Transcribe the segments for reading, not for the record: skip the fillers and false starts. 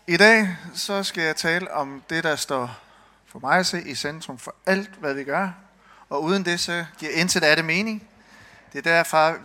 I dag så skal jeg tale om det, der står for mig at se i centrum for alt, hvad vi gør. Og uden det, så giver intet af det mening. Det er derfor,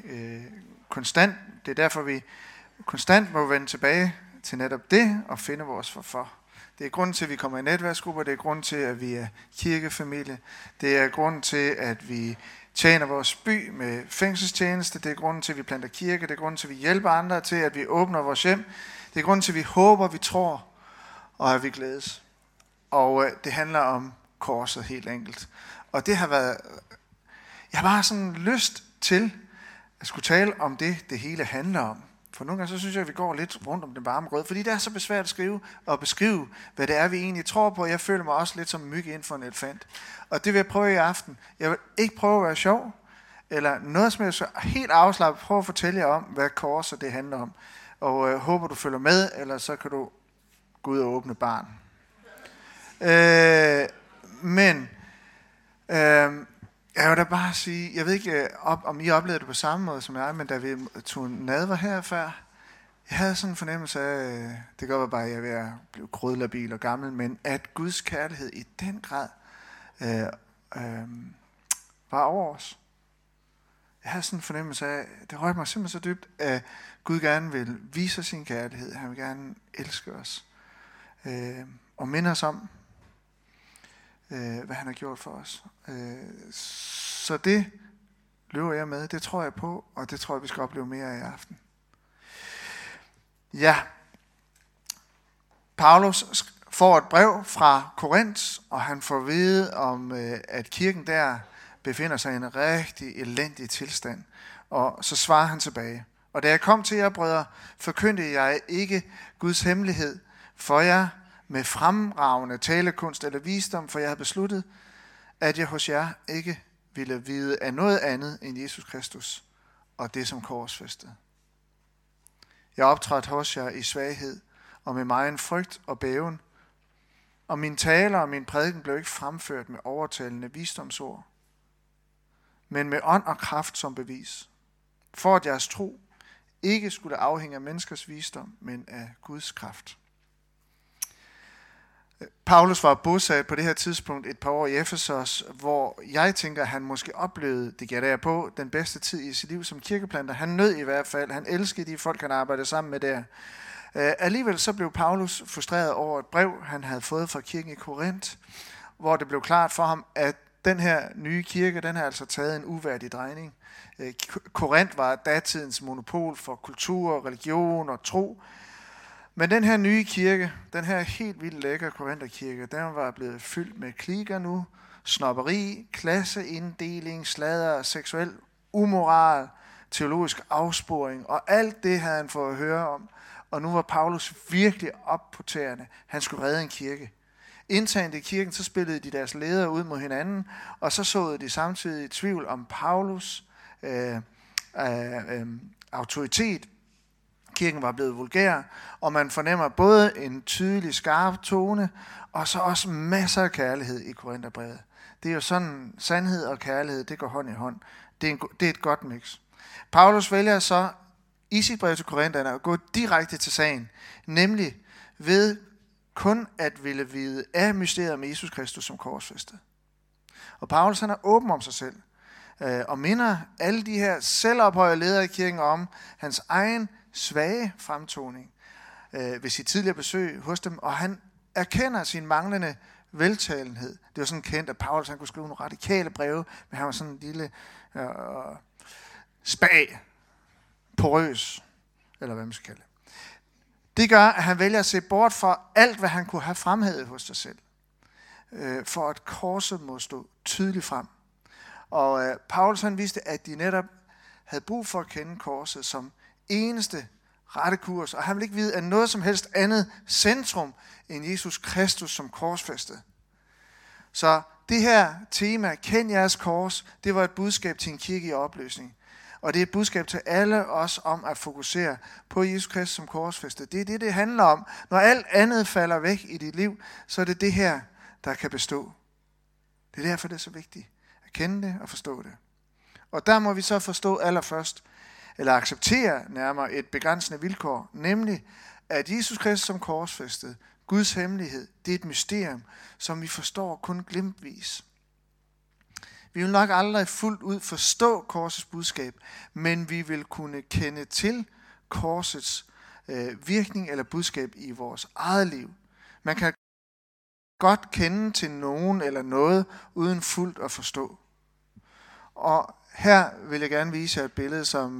vi konstant må vende tilbage til netop det og finde vores hvorfor. Det er grunden til, at vi kommer i netværksgrupper. Det er grunden til, at vi er kirkefamilie. Det er grunden til, at vi tjener vores by med fængselstjeneste. Det er grunden til, at vi planter kirke. Det er grunden til, at vi hjælper andre til, at vi åbner vores hjem. Det er grunden til, at vi håber, vi tror, og at vi glædes. Og det handler om korset helt enkelt. Og det har været... Jeg har bare sådan lyst til at skulle tale om det hele handler om. For nogle gange så synes jeg, at vi går lidt rundt om den varme grød, fordi det er så besvært at skrive og beskrive, hvad det er, vi egentlig tror på. Jeg føler mig også lidt som myg inden for en elefant. Og det vil jeg prøve i aften. Jeg vil ikke prøve at være sjov, eller noget som jeg helt afslappet prøve at fortælle jer om, hvad korset det handler om. Og håber, du følger med, eller så kan du gå ud og åbne barn. Jeg vil da bare sige, jeg ved ikke, om I oplevede det på samme måde som jeg, men da vi tog nadver her før, jeg havde sådan en fornemmelse af, det gør bare, at jeg er ved at blive krydlabil og gammel, men at Guds kærlighed i den grad var over os. Jeg havde sådan en fornemmelse af, det rørte mig simpelthen så dybt, at Gud gerne vil vise os sin kærlighed. Han vil gerne elske os. Og minde os om, hvad han har gjort for os. Så det løber jeg med. Det tror jeg på, og det tror jeg, vi skal opleve mere af i aften. Ja. Paulus får et brev fra Korinth, og han får at vide om, at kirken der befinder sig i en rigtig elendig tilstand. Og så svarer han tilbage. Og da jeg kom til jer, brødre, forkyndte jeg ikke Guds hemmelighed for jer med fremragende talekunst eller visdom, for jeg havde besluttet, at jeg hos jer ikke ville vide af noget andet end Jesus Kristus og det som korsfæstet. Jeg optrådte hos jer i svaghed og med megen frygt og bæven, og min taler og min prædiken blev ikke fremført med overtalende visdomsord, men med ånd og kraft som bevis, for at jeres tro ikke skulle afhænge af menneskers visdom, men af Guds kraft. Paulus var bosat på det her tidspunkt et par år i Efesos, hvor jeg tænker, at han måske oplevede, det gætter jeg på, den bedste tid i sit liv som kirkeplanter. Han nød i hvert fald, han elskede de folk, han arbejdede sammen med der. Alligevel så blev Paulus frustreret over et brev, han havde fået fra kirken i Korinth, hvor det blev klart for ham, at den her nye kirke, den har altså taget en uværdig drejning. Korinth var datidens monopol for kultur, religion og tro. Men den her nye kirke, den her helt vildt lækre Korintherkirke, den var blevet fyldt med klikker nu, snobberi, klasseinddeling, sladder, seksuel umoral, teologisk afsporing, og alt det havde han fået at høre om. Og nu var Paulus virkelig op på tæerne. Han skulle redde en kirke. Internt i kirken, så spillede de deres ledere ud mod hinanden, og så såede de samtidig i tvivl om Paulus autoritet. Kirken var blevet vulgær, og man fornemmer både en tydelig, skarp tone, og så også masser af kærlighed i Korintherbrevet. Det er jo sådan, sandhed og kærlighed, det går hånd i hånd. Det er et godt mix. Paulus vælger så i sit brev til Korintherne at gå direkte til sagen, nemlig ved kun at ville vide af mysteriet med Jesus Kristus som korsfæstet. Og Paulus han er åben om sig selv, og minder alle de her selvophøjede ledere i kirken om hans egen svage fremtoning ved sit tidligere besøg hos dem, og han erkender sin manglende veltalenhed. Det var sådan kendt, at Paulus han kunne skrive nogle radikale breve, men han var sådan en lille spag, porøs, eller hvad man skal kalde det. Det gør, at han vælger at se bort fra alt, hvad han kunne have fremhævet hos sig selv, for at korset må stå tydeligt frem. Og Paulus han vidste, at de netop havde brug for at kende korset som eneste rette kurs, og han ville ikke vide af noget som helst andet centrum end Jesus Kristus som korsfæstet. Så det her tema, kend jeres kors, det var et budskab til en kirke i opløsning. Og det er et budskab til alle os om at fokusere på Jesus Kristus som korsfæstet. Det er det handler om. Når alt andet falder væk i dit liv, så er det det her, der kan bestå. Det er derfor, det er så vigtigt at kende det og forstå det. Og der må vi så forstå allerførst, eller acceptere nærmere et begrænsende vilkår, nemlig at Jesus Kristus som korsfæstet, Guds hemmelighed, det er et mysterium, som vi forstår kun glimtvis. Vi vil nok aldrig fuldt ud forstå korsets budskab, men vi vil kunne kende til korsets virkning eller budskab i vores eget liv. Man kan godt kende til nogen eller noget, uden fuldt at forstå. Og her vil jeg gerne vise jer et billede, som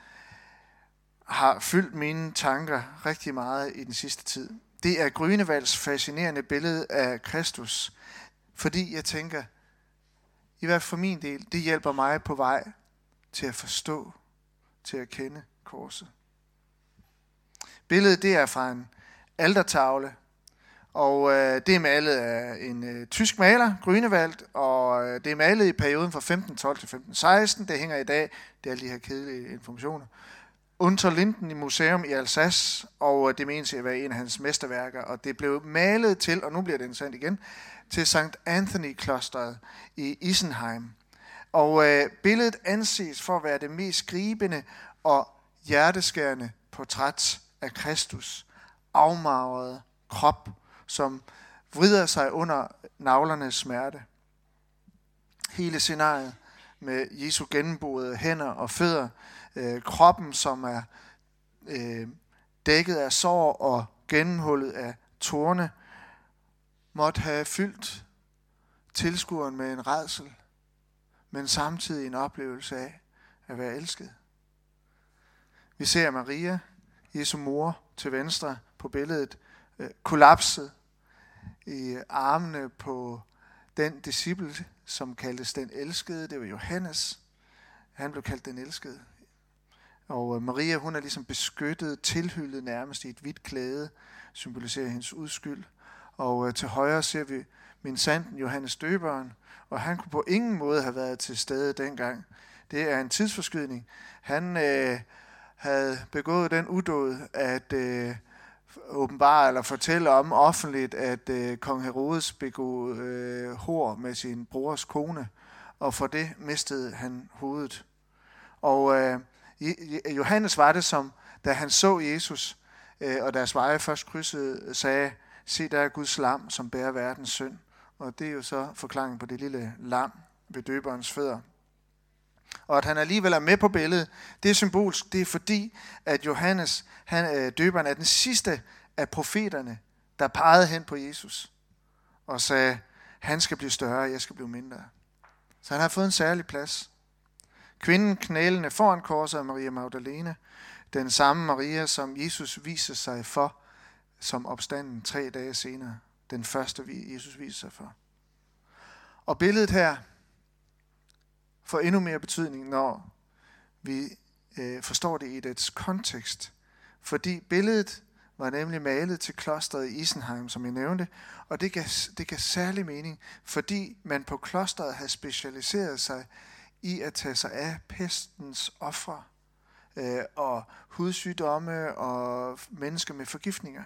har fyldt mine tanker rigtig meget i den sidste tid. Det er Grünevalds fascinerende billede af Kristus, fordi jeg tænker, i hvert fald for min del, det hjælper mig på vej til at forstå, til at kende korset. Billedet det er fra en altertavle, og det er malet af en tysk maler, Grünewald, og det er malet i perioden fra 1512 til 1516. Det hænger i dag, det er alle de her kedelige informationer, Unter Linden i museum i Alsace, og det menes at være en af hans mesterværker, og det blev malet til, og nu bliver det interessant igen, til St. Anthony-klosteret i Isenheim. Og billedet anses for at være det mest gribende og hjerteskærende portræt af Kristus, afmagret krop, som vrider sig under navlernes smerte. Hele scenariet med Jesu gennemboede hænder og fødder, kroppen som er dækket af sår og gennemhullet af torne, måtte have fyldt tilskueren med en rædsel, men samtidig en oplevelse af at være elsket. Vi ser Maria, Jesu mor, til venstre på billedet, kollapset i armene på den disciple, som kaldtes den elskede. Det var Johannes. Han blev kaldt den elskede. Og Maria, hun er ligesom beskyttet, tilhyllet nærmest i et hvidt klæde, symboliserer hendes uskyld. Og til højre ser vi minsandten Johannes Døberen, og han kunne på ingen måde have været til stede dengang. Det er en tidsforskydning. Han havde begået den udåd at åbenbare eller fortælle om offentligt, at kong Herodes begod hor med sin brors kone, og for det mistede han hovedet. Og Johannes var det, som da han så Jesus, og deres veje først krydsede, sagde, se der er Guds lam, som bærer verdens synd. Og det er jo så forklaringen på det lille lam ved døberens fødder. Og at han alligevel er med på billedet, det er symbolsk. Det er fordi, at Johannes, døberen, er den sidste af profeterne, der pegede hen på Jesus og sagde, han skal blive større, jeg skal blive mindre. Så han har fået en særlig plads. Kvinden knælende foran korset af Maria Magdalene, den samme Maria, som Jesus viser sig for som opstanden 3 dage senere. Den første, Jesus viser sig for. Og billedet her får endnu mere betydning, når vi forstår det i dets kontekst. Fordi billedet var nemlig malet til klosteret i Isenheim, som jeg nævnte, og det gav særlig mening, fordi man på klosteret havde specialiseret sig i at tage sig af pestens ofre og hudsygdomme og mennesker med forgiftninger.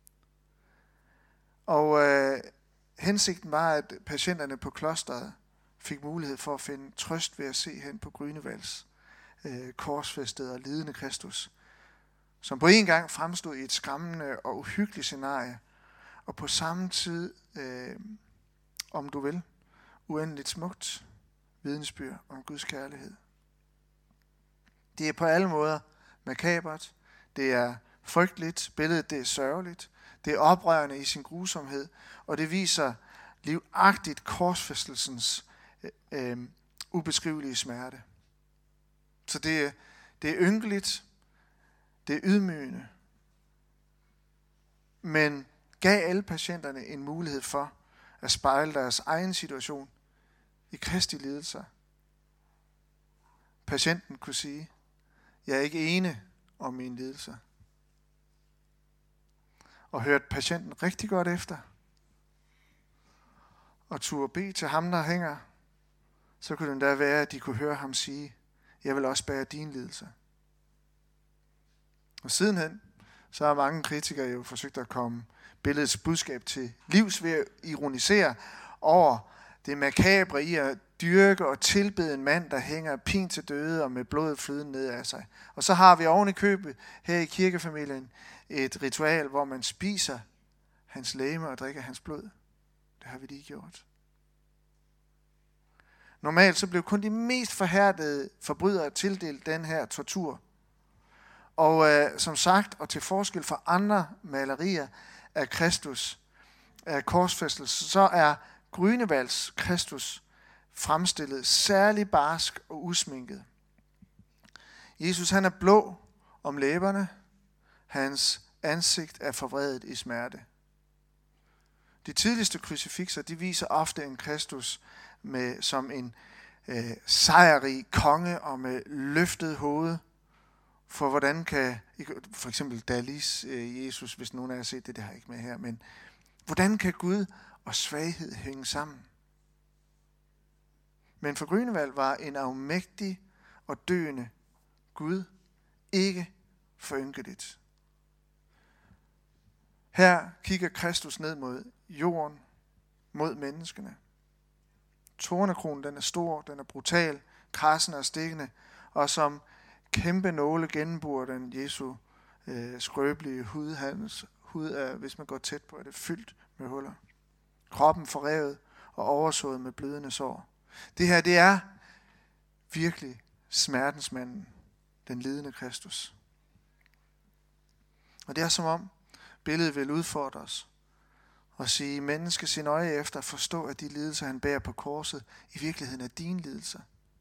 Og hensigten var, at patienterne på klosteret fik mulighed for at finde trøst ved at se hen på Grünevalds korsfæstede og lidende Kristus, som på en gang fremstod i et skræmmende og uhyggeligt scenarie, og på samme tid, om du vil, uendeligt smukt vidnesbyrd om Guds kærlighed. Det er på alle måder makabert, det er frygteligt, billedet det er sørgeligt, det er oprørende i sin grusomhed, og det viser livagtigt korsfæstelsens ubeskrivelige smerte. Så det er ynkeligt, det er ydmygende, men gav alle patienterne en mulighed for at spejle deres egen situation i Kristi lidelser. Patienten kunne sige, jeg er ikke ene om mine lidelser. Og hørte patienten rigtig godt efter, og turde bede til ham, der hænger, så kunne det endda være, at de kunne høre ham sige, jeg vil også bære dine lidelser. Og sidenhen, så har mange kritikere jo forsøgt at komme billedets budskab til livs ved at ironisere over det makabre i, at dyrke og tilbede en mand, der hænger pin til døde og med blodet flydende ned af sig. Og så har vi oven i købet her i kirkefamilien et ritual, hvor man spiser hans legeme og drikker hans blod. Det har vi lige gjort. Normalt så blev kun de mest forhærdede forbrydere tildelt den her tortur. Og som sagt, og til forskel fra andre malerier af Kristus, af korsfæstelse, så er Grünewalds Kristus fremstillet særlig barsk og usminket. Jesus han er blå om læberne, hans ansigt er forvredet i smerte. De tidligste krucifixer, de viser ofte en Kristus som en sejrrig konge og med løftet hoved. For hvordan kan, for eksempel Dalis Jesus, hvis nogen af jer har set det, det har jeg ikke med her, men hvordan kan Gud og svaghed hænge sammen? Men for Grünewald var en afmægtig og døende Gud ikke forynkeligt. Her kigger Kristus ned mod jorden, mod menneskene. Tornekronen, den er stor, den er brutal, krassen og stikkende, og som kæmpe nåle gennemborer den Jesu skrøbelige hud. Hans hud er, hvis man går tæt på, er det fyldt med huller. Kroppen forrevet og oversået med blødende sår. Det her, det er virkelig smertensmanden, den lidende Kristus. Og det er som om billedet vil udfordre os og sige, menneske sin øje efter at forstå, at de lidelser, han bærer på korset, i virkeligheden er dine lidelser.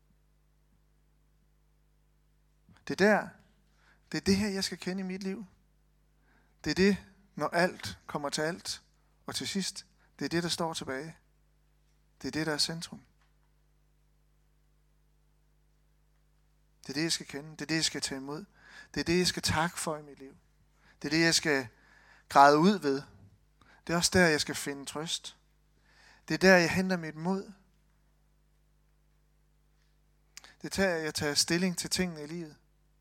Det er det her, jeg skal kende i mit liv. Det er det, når alt kommer til alt, og til sidst, det er det, der står tilbage. Det er det, der er centrum. Det er det, jeg skal kende. Det er det, jeg skal tage imod. Det er det, jeg skal takke for i mit liv. Det er det, jeg skal græde ud ved. Det er også der, jeg skal finde trøst. Det er der, jeg henter mit mod. Det er der, jeg tager stilling til tingene i livet.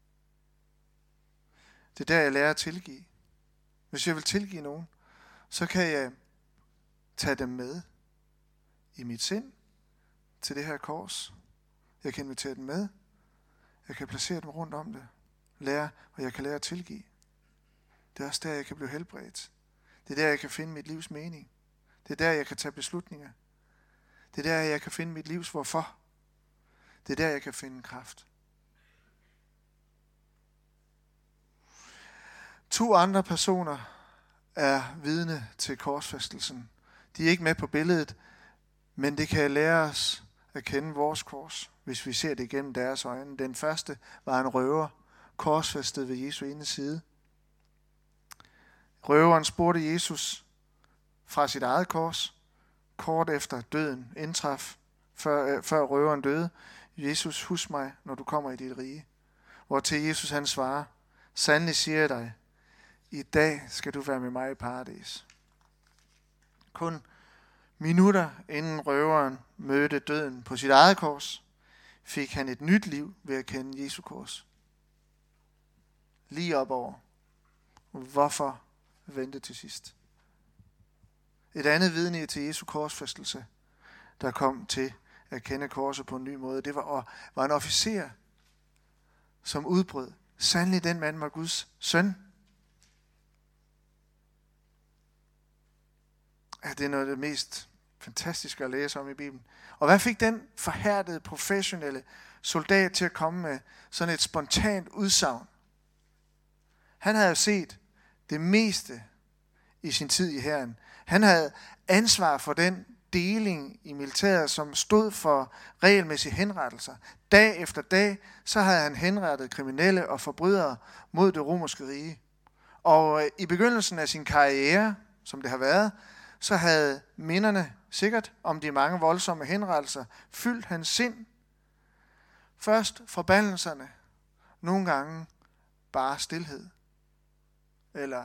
Det er der, jeg lærer at tilgive. Hvis jeg vil tilgive nogen, så kan jeg tage dem med i mit sind til det her kors. Jeg kan invitere dem med. Jeg kan placere dem rundt om det. Og jeg kan lære at tilgive. Det er også der, jeg kan blive helbredt. Det er der, jeg kan finde mit livs mening. Det er der, jeg kan tage beslutninger. Det er der, jeg kan finde mit livs hvorfor. Det er der, jeg kan finde kraft. 2 andre personer er vidne til korsfæstelsen. De er ikke med på billedet, men det kan lære os at kende vores kors, hvis vi ser det igennem deres øjne. Den første var en røver, korsfæstet ved Jesu ene side. Røveren spurgte Jesus fra sit eget kors, kort efter døden indtraf, før røveren døde. Jesus, husk mig, når du kommer i dit rige. Hvortil Jesus han svarer, sandelig siger jeg dig, i dag skal du være med mig i paradis. Kun minutter inden røveren mødte døden på sit eget kors, fik han et nyt liv ved at kende Jesu kors. Lige op over. Hvorfor vente til sidst? Et andet vidne til Jesu korsfæstelse, der kom til at kende korset på en ny måde, det var en officer, som udbrød. Sandelig den mand var Guds søn. Ja, det er noget af det mest fantastiske at læse om i Bibelen. Og hvad fik den forhærdede, professionelle soldat til at komme med sådan et spontant udsagn? Han havde set det meste i sin tid i hæren. Han havde ansvar for den deling i militæret, som stod for regelmæssige henrettelser. Dag efter dag, så havde han henrettet kriminelle og forbrydere mod det romerske rige. Og i begyndelsen af sin karriere, som det har været, så havde minderne sikkert om de mange voldsomme henrettelser fyldt hans sind. Først forbandelserne, nogle gange bare stilhed. Eller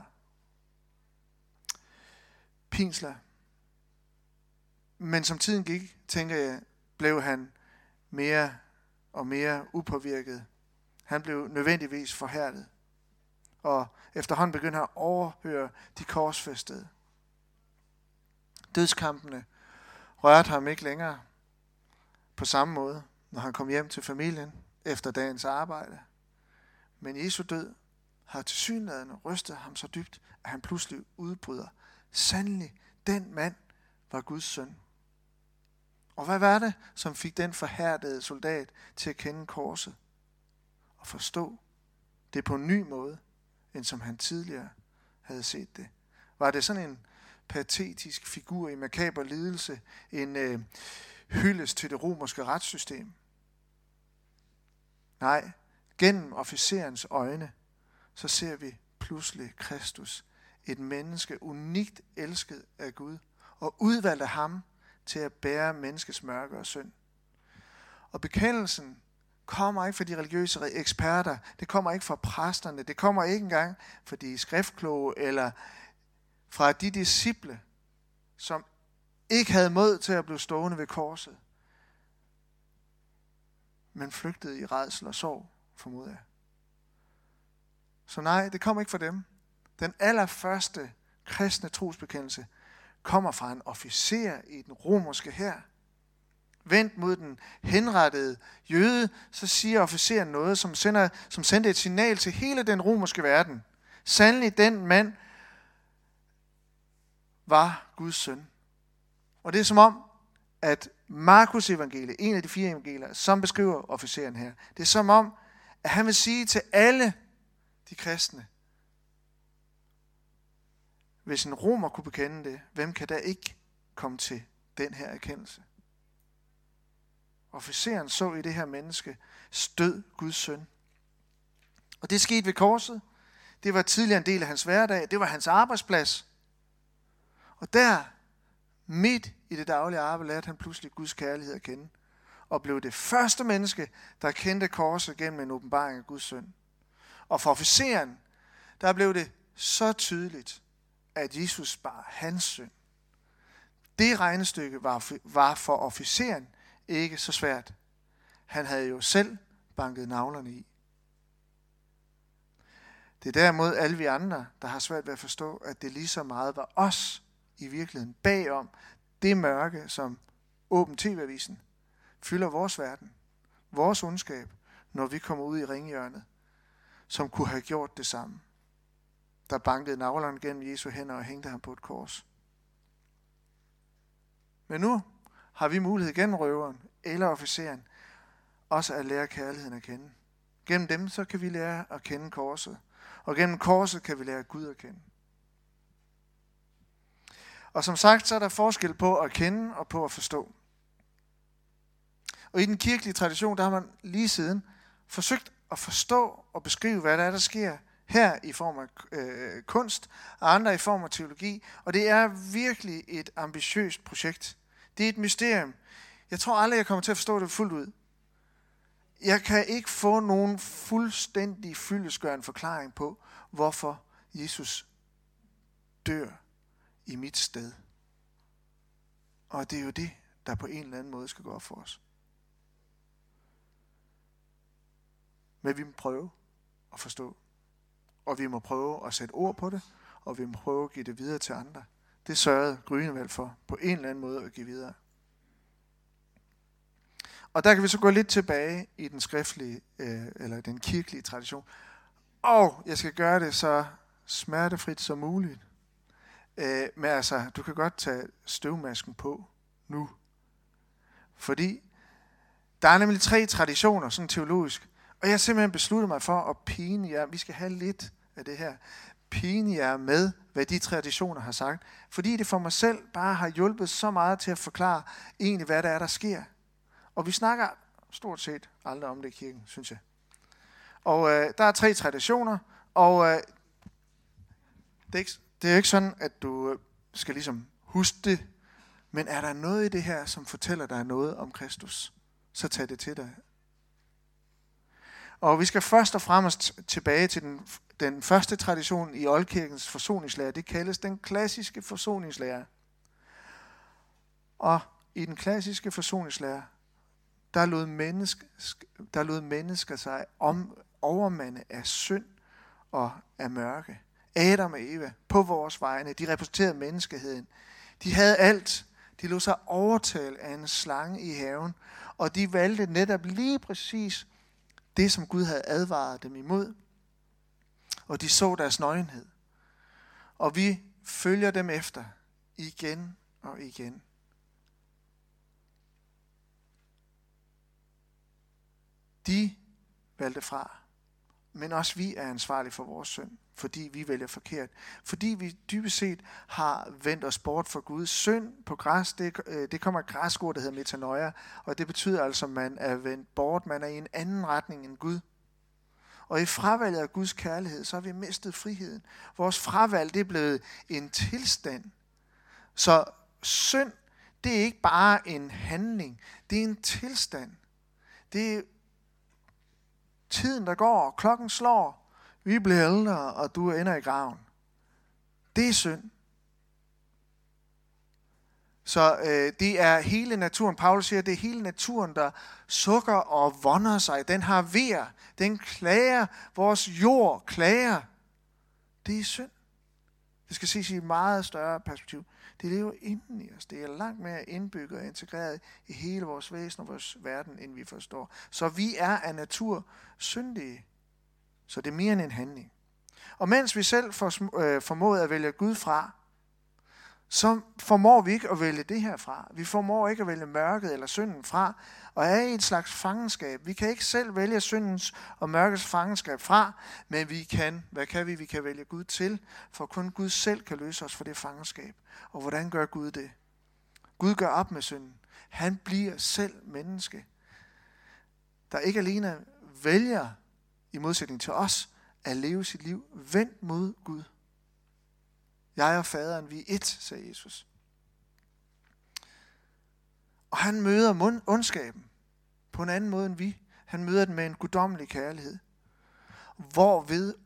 pinsler. Men som tiden gik, tænker jeg, blev han mere og mere upåvirket. Han blev nødvendigvis forhærdet. Og efterhånden begyndte han at overhøre de korsfæstede. Dødskampene rørte ham ikke længere. på samme måde, når han kom hjem til familien efter dagens arbejde. Men Jesu død har tilsyneladende rystet ham så dybt, at han pludselig udbryder: sandelig, den mand var Guds søn. Og hvad var det, som fik den forhærdede soldat til at kende korset og forstå det på en ny måde, end som han tidligere havde set det? Var det sådan en patetisk figur i makaber lidelse, en hyldest til det romerske retssystem? Nej, gennem officerens øjne, så ser vi pludselig Kristus, et menneske unikt elsket af Gud, og udvalgte ham til at bære menneskets mørke og synd. Og bekendelsen kommer ikke fra de religiøse eksperter, det kommer ikke fra præsterne, det kommer ikke engang fra de skriftkloge, eller fra de disciple, som ikke havde mod til at blive stående ved korset, men flygtede i rædsel og sorg, formoder jeg. Så nej, det kommer ikke fra dem. Den allerførste kristne trosbekendelse kommer fra en officer i den romerske hær. Vendt mod den henrettede jøde, så siger officeren noget, som sendte et signal til hele den romerske verden. Sandelig, den mand var Guds søn. Og det er som om, at Markus evangeliet, en af de 4 evangelier, som beskriver officeren her, det er som om, at han vil sige til alle de kristne: hvis en romer kunne bekende det, hvem kan da ikke komme til den her erkendelse? Officeren så i det her menneske stød Guds søn. Og det skete ved korset. Det var tidligere en del af hans hverdag. Det var hans arbejdsplads. Og der, midt i det daglige arbejde, lærte han pludselig Guds kærlighed at kende. Og blev det første menneske, der kendte korset gennem en åbenbaring af Guds søn. Og for officeren, der blev det så tydeligt, at Jesus bar hans synd. Det regnestykke var for officeren ikke så svært. Han havde jo selv banket navlerne i. Det er derimod alle vi andre, der har svært ved at forstå, at det lige så meget var os i virkeligheden bagom det mørke, som Åben TV-avisen fylder vores verden, vores ondskab, når vi kommer ud i ringhjørnet, som kunne have gjort det samme. Der bankede navlerne gennem Jesu hænder og hængte ham på et kors. Men nu har vi mulighed gennem røveren eller officeren også at lære kærligheden at kende. Gennem dem så kan vi lære at kende korset, og gennem korset kan vi lære Gud at kende. Og som sagt, så er der forskel på at kende og på at forstå. Og i den kirkelige tradition, der har man lige siden forsøgt at forstå og beskrive, hvad der sker her i form af kunst, og andre i form af teologi. Og det er virkelig et ambitiøst projekt. Det er et mysterium. Jeg tror aldrig, jeg kommer til at forstå det fuldt ud. Jeg kan ikke få nogen fuldstændig fyldestgørende forklaring på, hvorfor Jesus dør i mit sted. Og det er jo det, der på en eller anden måde skal gå op for os. Men vi må prøve at forstå. Og vi må prøve at sætte ord på det, og vi må prøve at give det videre til andre. Det sørgede Grünewald for på en eller anden måde at give videre. Og der kan vi så gå lidt tilbage i den skriftlige, eller den kirkelige tradition. Og jeg skal gøre det så smertefrit som muligt. Men altså, du kan godt tage støvmasken på nu. Fordi der er nemlig 3 traditioner, sådan teologisk. Og jeg har simpelthen besluttet mig for at pine jer. Vi skal have lidt af det her. Pine jer med, hvad de traditioner har sagt. Fordi det for mig selv bare har hjulpet så meget til at forklare egentlig, hvad der er, der sker. Og vi snakker stort set aldrig om det i kirken, synes jeg. Og der er 3 traditioner, og det er jo ikke sådan, at du skal ligesom huske det. Men er der noget i det her, som fortæller dig noget om Kristus, så tag det til dig. Og vi skal først og fremmest tilbage til den første tradition i oldkirkens forsoningslære. Det kaldes den klassiske forsoningslære. Og i den klassiske forsoningslære, der lod mennesker sig overmande af synd og af mørke. Adam og Eva på vores vegne, de repræsenterede menneskeheden. De havde alt. De lod sig overtale af en slange i haven, og de valgte netop lige præcis det, som Gud havde advaret dem imod. Og de så deres nøgenhed. Og vi følger dem efter igen og igen. De valgte fra, men også vi er ansvarlige for vores synd, fordi vi vælger forkert. Fordi vi dybest set har vendt os bort fra Gud. Synd på græs, det kommer et græskord, der hedder metanoia, og det betyder altså, at man er vendt bort, man er i en anden retning end Gud. Og i fravalget af Guds kærlighed, så har vi mistet friheden. Vores fravalg, det er blevet en tilstand. Så synd, det er ikke bare en handling, det er en tilstand. Det er tiden, der går, klokken slår, vi bliver ældre, og du ender i graven. Det er synd. Så det er hele naturen. Paulus siger, at det er hele naturen, der sukker og vonder sig. Den har vejr. Den klager. Vores jord klager. Det er synd. Det skal ses i et meget større perspektiv. Det lever inden i os. Det er langt mere indbygget og integreret i hele vores væsen og vores verden, end vi forstår. Så vi er af natur syndige. Så det er mere end en handling. Og mens vi selv formået at vælge Gud fra, så formår vi ikke at vælge det her fra. Vi formår ikke at vælge mørket eller synden fra, og er i et slags fangenskab. Vi kan ikke selv vælge syndens og mørkets fangenskab fra, men vi kan, hvad kan vi? Vi kan vælge Gud til, for kun Gud selv kan løse os fra det fangenskab. Og hvordan gør Gud det? Gud gør op med synden. Han bliver selv menneske, der ikke alene vælger, i modsætning til os, at leve sit liv vendt mod Gud. Jeg og faderen, vi er ét, sagde Jesus. Og han møder ondskaben på en anden måde end vi. Han møder den med en guddommelig kærlighed. Hvorved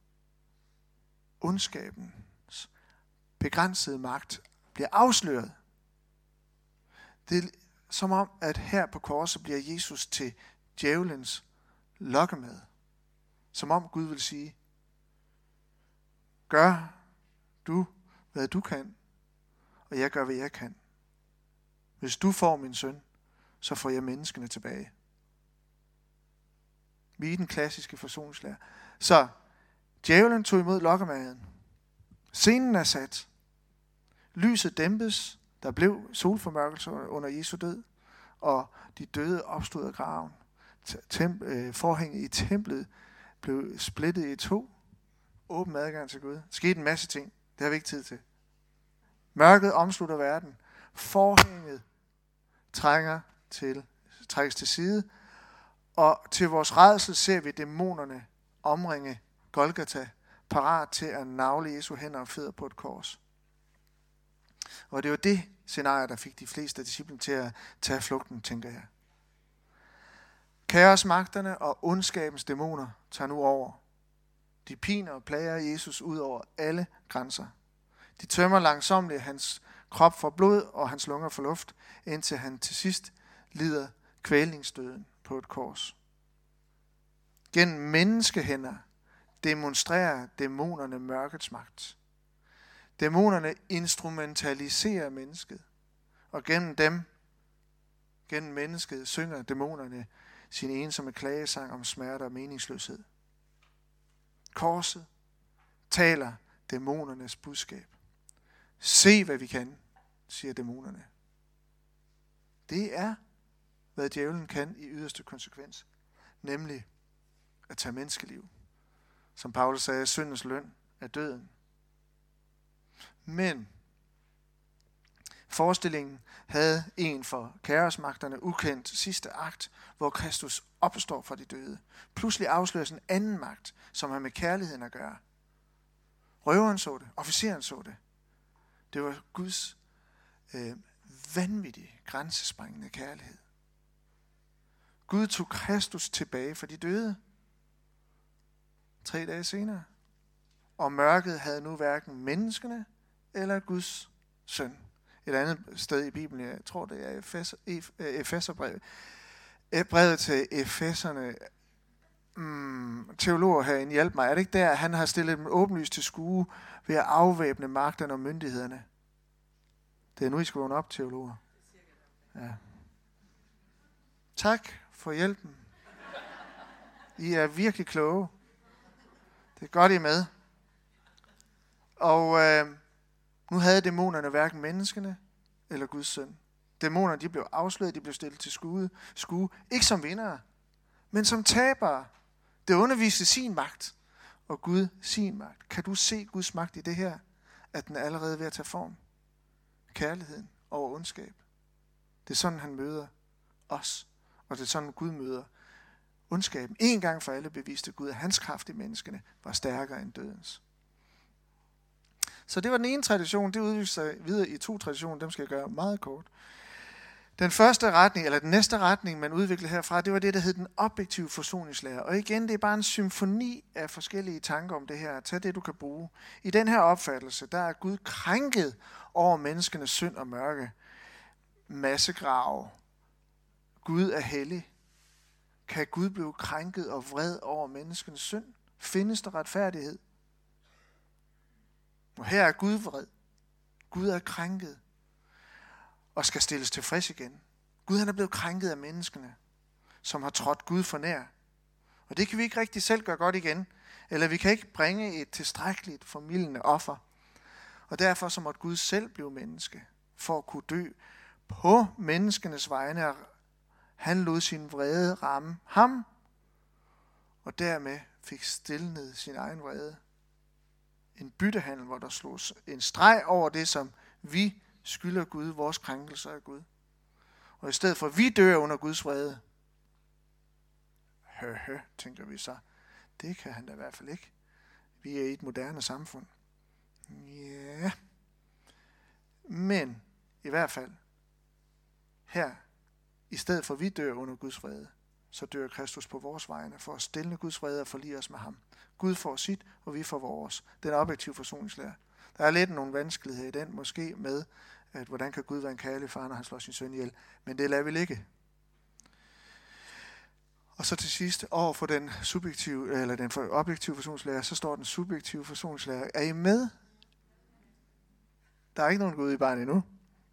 ondskabens begrænsede magt bliver afsløret. Det er som om, at her på korset bliver Jesus til djævelens lokkemad. Som om Gud vil sige, gør du, hvad du kan, og jeg gør, hvad jeg kan. Hvis du får min søn, så får jeg menneskene tilbage. Vi er i den klassiske forsoningslære. Så djævlen tog imod lokkemaden. Scenen er sat. Lyset dæmpes. Der blev solformørkelse under Jesu død, og de døde opstod af graven. Forhænget i templet blev splittet i to. Åben adgang til Gud. Der skete en masse ting. Det har vi ikke tid til. Mørket omslutter verden. Forhænget trækkes til side. Og til vores rædsel ser vi dæmonerne omringe Golgata, parat til at nagle Jesu hænder og fødder på et kors. Og det var det scenarie, der fik de fleste af disciplene til at tage flugten, tænker jeg. Kaosmagterne og ondskabens dæmoner tager nu over. De piner og plager Jesus ud over alle grænser. De tømmer langsomligt hans krop for blod og hans lunger for luft, indtil han til sidst lider kvælningsdøden på et kors. Gennem menneskehænder demonstrerer dæmonerne mørkets magt. Dæmonerne instrumentaliserer mennesket, og gennem mennesket, synger dæmonerne sin ensomme klagesang om smerte og meningsløshed. Korset taler dæmonernes budskab. Se, hvad vi kan, siger dæmonerne. Det er, hvad djævlen kan i yderste konsekvens, nemlig at tage menneskeliv. Som Paulus sagde, syndens løn er døden. Men forestillingen havde en for kaosmagterne ukendt sidste akt, hvor Kristus opstår fra de døde. Pludselig afsløres en anden magt, som har med kærligheden at gøre. Røveren så det, officeren så det. Det var Guds vanvittige, grænsesprængende kærlighed. Gud tog Kristus tilbage fra de døde 3 dage senere. Og mørket havde nu hverken menneskene eller Guds søn. Et andet sted i Bibelen, jeg tror det er Efeserbrevet. Brevet til Efeserne. Teologer herinde, hjælp mig. Er det ikke der, han har stillet dem åbenlyst til skue ved at afvæbne magterne og myndighederne? Det er nu, I skal vågne op, teologer. Ja. Tak for hjælpen. I er virkelig kloge. Det er godt, I er med. Og nu havde dæmonerne hverken menneskene eller Guds søn. Dæmonerne, de blev afsløret, de blev stillet til skue. Ikke som vindere, men som tabere. Det underviste sin magt, og Gud sin magt. Kan du se Guds magt i det her? At den er allerede ved at tage form. Kærligheden over ondskab. Det er sådan, han møder os. Og det er sådan, Gud møder ondskaben. En gang for alle beviste Gud, at hans kraft i menneskene var stærkere end dødens. Så det var den ene tradition. Det udviklede sig videre i 2 traditioner. Dem skal jeg gøre meget kort. Den første retning, eller den næste retning, man udviklede herfra, det var det, der hed den objektive forsoningslære. Og igen, det er bare en symfoni af forskellige tanker om det her. Tag det, du kan bruge. I den her opfattelse, der er Gud krænket over menneskenes synd og mørke. Massegrave. Gud er hellig. Kan Gud blive krænket og vred over menneskenes synd? Findes der retfærdighed? Og her er Gud vred. Gud er krænket og skal stilles tilfreds igen. Gud han er blevet krænket af menneskene, som har trådt Gud for nær. Og det kan vi ikke rigtig selv gøre godt igen. Eller vi kan ikke bringe et tilstrækkeligt formildende offer. Og derfor så måtte Gud selv blive menneske, for at kunne dø på menneskenes vegne. Han lod sin vrede ramme ham, og dermed fik stilnet sin egen vrede. En byttehandel, hvor der slås en streg over det, som vi skylder Gud, vores krænkelser af Gud. Og i stedet for, at vi dør under Guds vrede, tænker vi så, det kan han da i hvert fald ikke. Vi er i et moderne samfund. Ja. Men i hvert fald, her, i stedet for at vi dør under Guds vrede, så dør Kristus på vores vegne, for at stille Guds vrede og forlige os med ham. Gud får sit, og vi får vores. Den objektive forsoningslære. Der er lidt nogle vanskeligheder i den, måske med, at hvordan kan Gud være en kærlig far, når han slår sin søn ihjel. Men det lader vi ligge. Og så til sidst, over for den subjektive, eller den objektive forsoningslære, så står den subjektive forsoningslære. Er I med? Der er ikke nogen Gud i barnet endnu.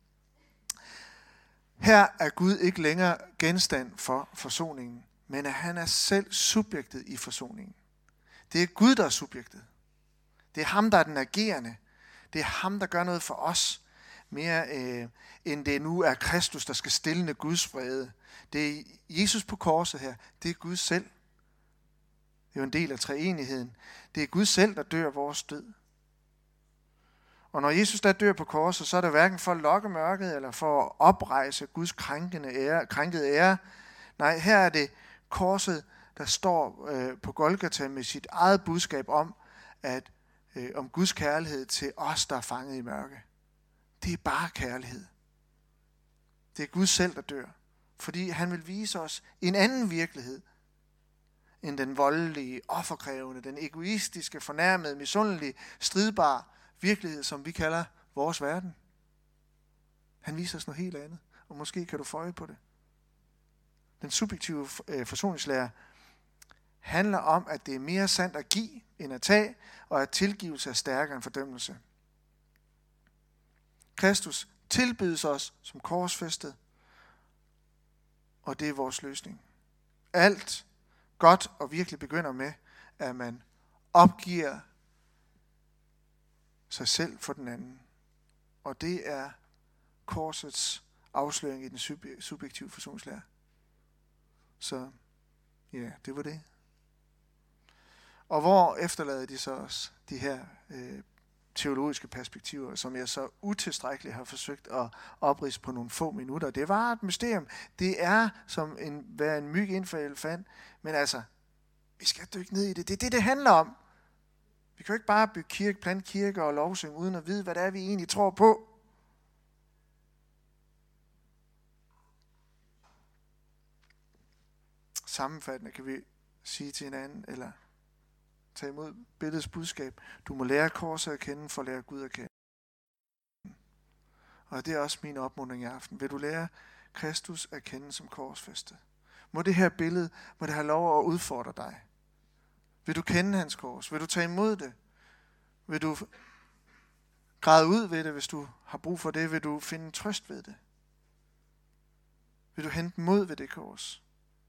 Her er Gud ikke længere genstand for forsoningen, men at han er selv subjektet i forsoningen. Det er Gud, der er subjektet. Det er ham, der er den agerende. Det er ham, der gør noget for os, mere end det nu er Kristus, der skal stille Guds vrede. Det er Jesus på korset her. Det er Gud selv. Det er jo en del af treenigheden. Det er Gud selv, der dør vores død. Og når Jesus der dør på korset, så er det hverken for at lokke mørket, eller for at oprejse Guds krænkede ære. Nej, her er det korset, der står på Golgata med sit eget budskab om Guds kærlighed til os, der er fanget i mørke. Det er bare kærlighed. Det er Gud selv, der dør. Fordi han vil vise os en anden virkelighed, end den voldelige, offerkrævende, den egoistiske, fornærmede, misundelige, stridbare virkelighed, som vi kalder vores verden. Han viser os noget helt andet, og måske kan du få øje på det. Den subjektive forsoningslære handler om, at det er mere sandt at give end at tage, og at tilgivelse er stærkere end fordømmelse. Kristus tilbydes os som korsfæstet, og det er vores løsning. Alt godt og virkelig begynder med, at man opgiver sig selv for den anden. Og det er korsets afsløring i den subjektive forsoningslære. Så ja, det var det. Og hvor efterlader de så os de her teologiske perspektiver, som jeg så utilstrækkeligt har forsøgt at opridse på nogle få minutter. Det var et mysterium. Det er som være en myg inden for elefant, men altså, vi skal dykke ned i det. Det er det, det handler om. Vi kan jo ikke bare bygge plante kirker og lovsynge, uden at vide, hvad det er, vi egentlig tror på. Sammenfattende kan vi sige til hinanden, eller tage imod billedets budskab. Du må lære korset at kende, for at lære Gud at kende. Og det er også min opmuntring i aften. Vil du lære Kristus at kende som korsfæstet? Må det her billede, må det have lov at udfordre dig? Vil du kende hans kors? Vil du tage imod det? Vil du græde ud ved det, hvis du har brug for det? Vil du finde trøst ved det? Vil du hente mod ved det kors?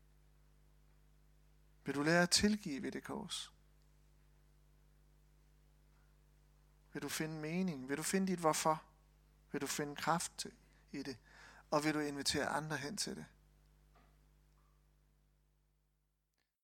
Vil du lære at tilgive ved det kors? Vil du finde mening? Vil du finde dit hvorfor? Vil du finde kraft i det? Og vil du invitere andre hen til det?